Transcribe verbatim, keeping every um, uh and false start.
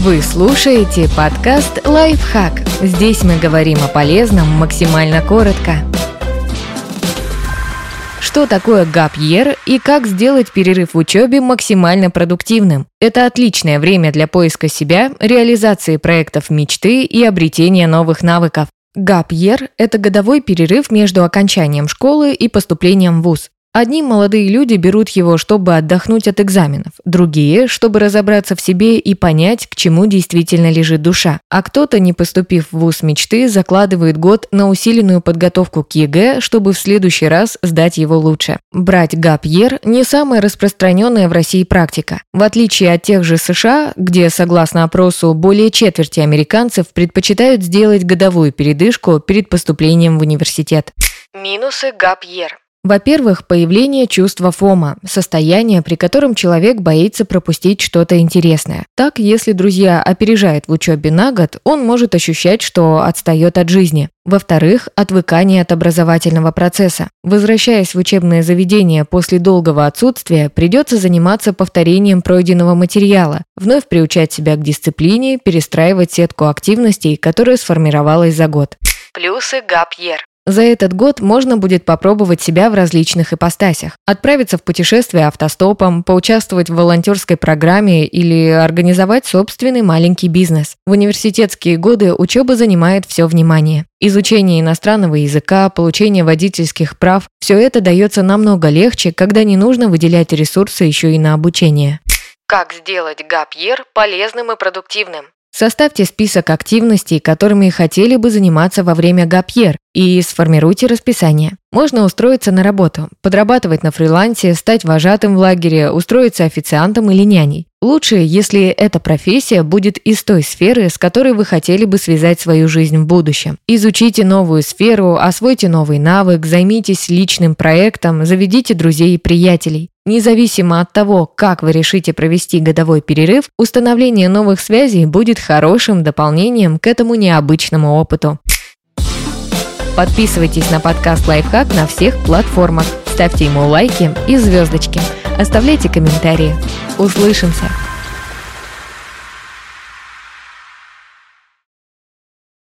Вы слушаете подкаст «Лайфхак». Здесь мы говорим о полезном максимально коротко. Что такое gap year и как сделать перерыв в учебе максимально продуктивным? Это отличное время для поиска себя, реализации проектов мечты и обретения новых навыков. Gap year – это годовой перерыв между окончанием школы и поступлением в вуз. Одни молодые люди берут его, чтобы отдохнуть от экзаменов, другие – чтобы разобраться в себе и понять, к чему действительно лежит душа. А кто-то, не поступив в вуз мечты, закладывает год на усиленную подготовку к ЕГЭ, чтобы в следующий раз сдать его лучше. Брать gap year – не самая распространенная в России практика. В отличие от тех же США, где, согласно опросу, более четверти американцев предпочитают сделать годовую передышку перед поступлением в университет. Минусы gap year. Во-первых, появление чувства фома – состояние, при котором человек боится пропустить что-то интересное. Так, если друзья опережают в учебе на год, он может ощущать, что отстает от жизни. Во-вторых, отвыкание от образовательного процесса. Возвращаясь в учебное заведение после долгого отсутствия, придется заниматься повторением пройденного материала, вновь приучать себя к дисциплине, перестраивать сетку активностей, которая сформировалась за год. Плюсы gap year. За этот год можно будет попробовать себя в различных ипостасях. Отправиться в путешествие автостопом, поучаствовать в волонтерской программе или организовать собственный маленький бизнес. В университетские годы учеба занимает все внимание. Изучение иностранного языка, получение водительских прав – все это дается намного легче, когда не нужно выделять ресурсы еще и на обучение. Как сделать gap year полезным и продуктивным? Составьте список активностей, которыми хотели бы заниматься во время gap year, и сформируйте расписание. Можно устроиться на работу, подрабатывать на фрилансе, стать вожатым в лагере, устроиться официантом или няней. Лучше, если эта профессия будет из той сферы, с которой вы хотели бы связать свою жизнь в будущем. Изучите новую сферу, освойте новый навык, займитесь личным проектом, заведите друзей и приятелей. Независимо от того, как вы решите провести годовой перерыв, установление новых связей будет хорошим дополнением к этому необычному опыту. Подписывайтесь на подкаст «Лайфхак» на всех платформах, ставьте ему лайки и звездочки, оставляйте комментарии. Услышимся!